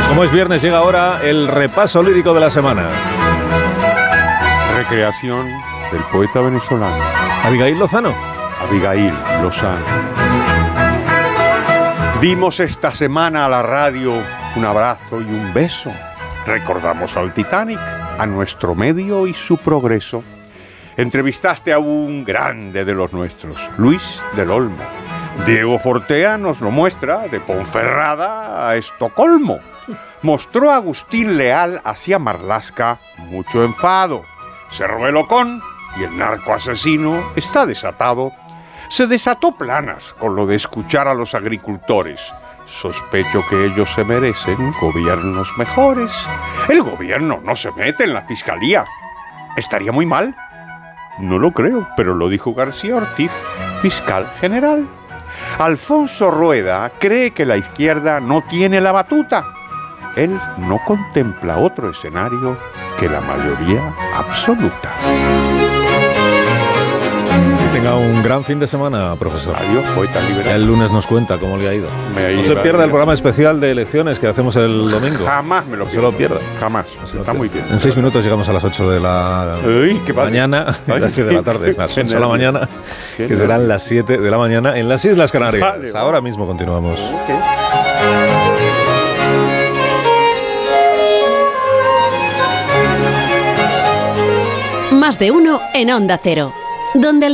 Como es viernes, llega ahora el repaso lírico de la semana. Recreación del poeta venezolano Abigail Lozano. Abigail Lozano. Dimos esta semana a la radio un abrazo y un beso. Recordamos al Titanic, a nuestro medio y su progreso. Entrevistaste a un grande de los nuestros, Luis del Olmo. Diego Fortea nos lo muestra de Ponferrada a Estocolmo. Mostró a Agustín Leal hacia Marlaska mucho enfado. Cerró el Ocón y el narco asesino está desatado. Se desató Planas con lo de escuchar a los agricultores. Sospecho que ellos se merecen gobiernos mejores. El gobierno no se mete en la fiscalía. ¿Estaría muy mal? No lo creo, pero lo dijo García Ortiz, fiscal general. Alfonso Rueda cree que la izquierda no tiene la batuta. Él no contempla otro escenario que la mayoría absoluta. Que tenga un gran fin de semana, profesor. Adiós, poeta liberal. El lunes nos cuenta cómo le ha ido. No se pierda el programa especial de elecciones que hacemos el domingo. Jamás me lo pierdo. No se lo pierda. Jamás. Está muy bien. En 6 minutos llegamos a las 8 de la mañana, a las 7 de la tarde, las 8 de la mañana, que serán las 7 de la mañana en las Islas Canarias. Vale, ahora mismo continuamos. Okay. Más de uno en Onda Cero, donde el